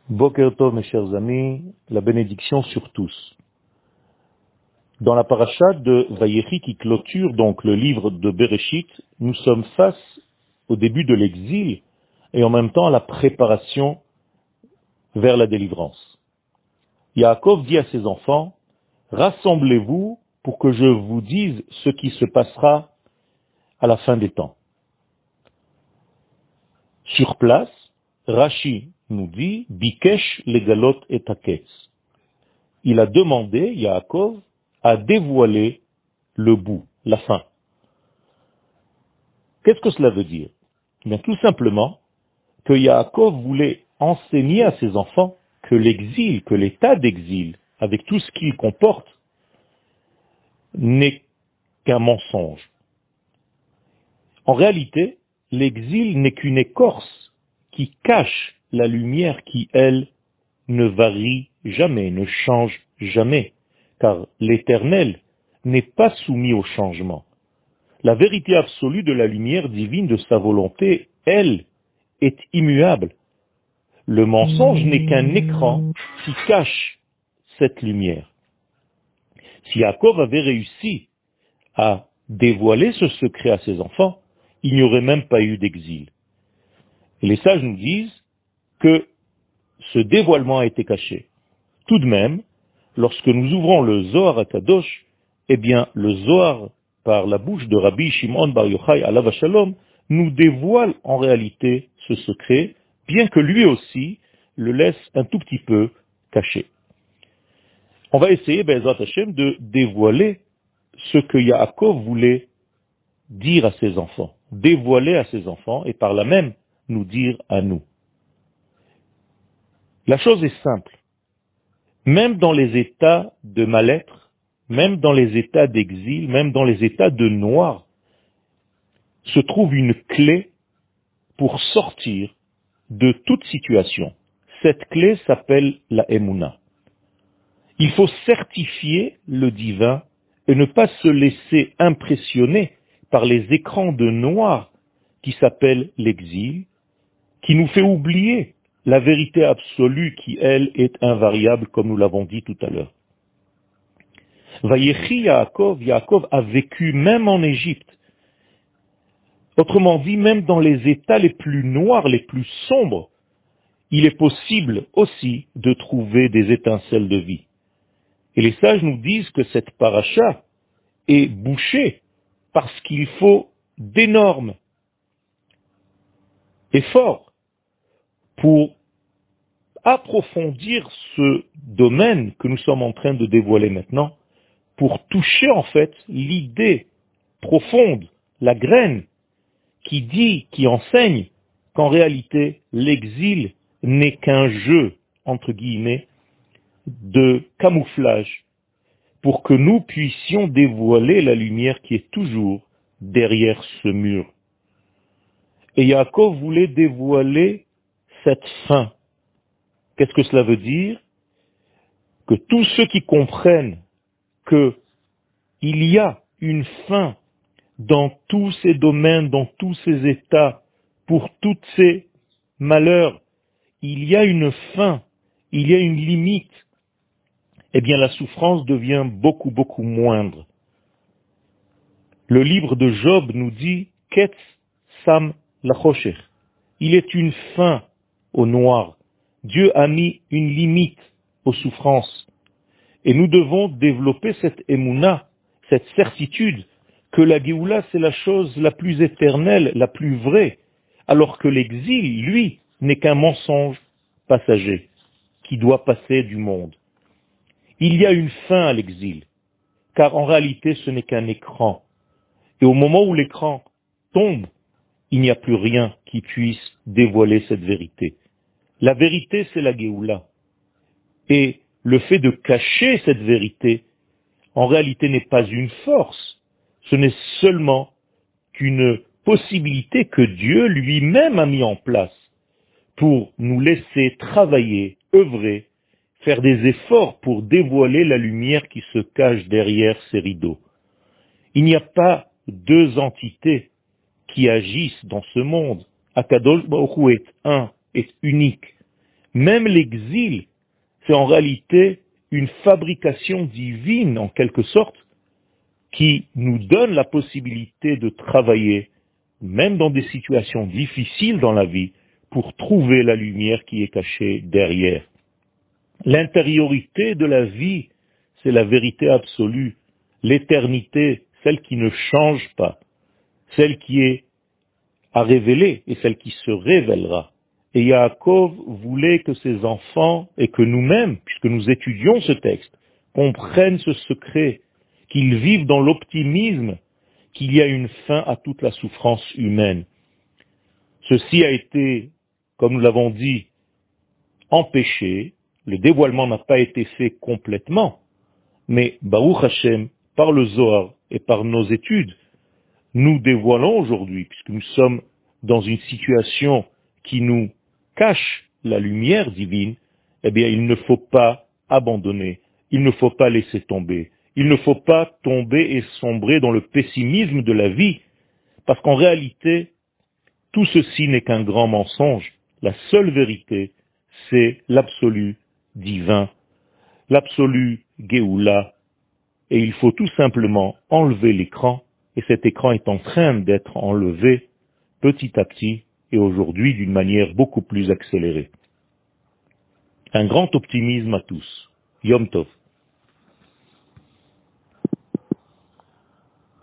Boker Tov, mes chers amis, la bénédiction sur tous. Dans la paracha de Vayechi qui clôture donc le livre de Bereshit, nous sommes face au début de l'exil et en même temps à la préparation vers la délivrance. Yaakov dit à ses enfants, rassemblez-vous pour que je vous dise ce qui se passera à la fin des temps. Sur place, Rashi nous dit, Bikesh legalot et aketz. Il a demandé, Yaakov, à dévoiler le bout, la fin. Qu'est-ce que cela veut dire? Bien, tout simplement que Yaakov voulait enseigner à ses enfants que l'exil, que l'état d'exil, avec tout ce qu'il comporte, n'est qu'un mensonge. En réalité, l'exil n'est qu'une écorce qui cache la lumière qui, elle, ne varie jamais, ne change jamais, car l'Éternel n'est pas soumis au changement. La vérité absolue de la lumière divine de sa volonté, elle, est immuable. Le mensonge n'est qu'un écran qui cache cette lumière. Si Yaakov avait réussi à dévoiler ce secret à ses enfants, il n'y aurait même pas eu d'exil. Et les sages nous disent que ce dévoilement a été caché. Tout de même, lorsque nous ouvrons le Zohar à Kadosh, eh bien, le Zohar, par la bouche de Rabbi Shimon Bar Yochai alav Shalom, nous dévoile en réalité ce secret, bien que lui aussi le laisse un tout petit peu caché. On va essayer, Be'ezrat Hashem, de dévoiler ce que Yaakov voulait dire à ses enfants, dévoiler à ses enfants, et par là même nous dire à nous. La chose est simple. Même dans les états de mal-être, même dans les états d'exil, même dans les états de noir, se trouve une clé pour sortir de toute situation. Cette clé s'appelle la Emouna. Il faut certifier le divin et ne pas se laisser impressionner par les écrans de noir qui s'appellent l'exil, qui nous fait oublier la vérité absolue qui, elle, est invariable, comme nous l'avons dit tout à l'heure. Vayechi Yaakov a vécu même en Égypte. Autrement dit, même dans les états les plus noirs, les plus sombres, il est possible aussi de trouver des étincelles de vie. Et les sages nous disent que cette paracha est bouchée parce qu'il faut d'énormes efforts pour approfondir ce domaine que nous sommes en train de dévoiler maintenant, pour toucher en fait l'idée profonde, la graine, qui enseigne qu'en réalité l'exil n'est qu'un jeu, entre guillemets, de camouflage, pour que nous puissions dévoiler la lumière qui est toujours derrière ce mur. Et Yaakov voulait dévoiler cette fin. Qu'est-ce que cela veut dire? Que tous ceux qui comprennent qu'il y a une fin dans tous ces domaines, dans tous ces états, pour tous ces malheurs, il y a une fin, il y a une limite, eh bien la souffrance devient beaucoup, beaucoup moindre. Le livre de Job nous dit « Ketz sam lachosher ». Il est une fin au noir. Dieu a mis une limite aux souffrances. Et nous devons développer cette émouna, cette certitude que la Géoula, c'est la chose la plus éternelle, la plus vraie, alors que l'exil, lui, n'est qu'un mensonge passager qui doit passer du monde. Il y a une fin à l'exil, car en réalité, ce n'est qu'un écran. Et au moment où l'écran tombe, il n'y a plus rien qui puisse dévoiler cette vérité. La vérité, c'est la Géoula. Et le fait de cacher cette vérité, en réalité, n'est pas une force. Ce n'est seulement qu'une possibilité que Dieu lui-même a mis en place pour nous laisser travailler, œuvrer, faire des efforts pour dévoiler la lumière qui se cache derrière ces rideaux. Il n'y a pas deux entités qui agissent dans ce monde. Akadosh Baruch Hu est un, est unique. Même l'exil, c'est en réalité une fabrication divine, en quelque sorte, qui nous donne la possibilité de travailler, même dans des situations difficiles dans la vie, pour trouver la lumière qui est cachée derrière. L'intériorité de la vie, c'est la vérité absolue. L'éternité, celle qui ne change pas, celle qui est à révéler et celle qui se révélera. Et Yaakov voulait que ses enfants et que nous-mêmes, puisque nous étudions ce texte, comprennent ce secret, qu'ils vivent dans l'optimisme qu'il y a une fin à toute la souffrance humaine. Ceci a été, comme nous l'avons dit, empêché, le dévoilement n'a pas été fait complètement, mais Baruch Hashem, par le Zohar et par nos études, nous dévoilons aujourd'hui, puisque nous sommes dans une situation qui nous cache la lumière divine, eh bien il ne faut pas abandonner, il ne faut pas laisser tomber, il ne faut pas tomber et sombrer dans le pessimisme de la vie, parce qu'en réalité, tout ceci n'est qu'un grand mensonge. La seule vérité, c'est l'absolu divin, l'absolu Géoula, et il faut tout simplement enlever l'écran, et cet écran est en train d'être enlevé petit à petit, et aujourd'hui d'une manière beaucoup plus accélérée. Un grand optimisme à tous. Yom Tov.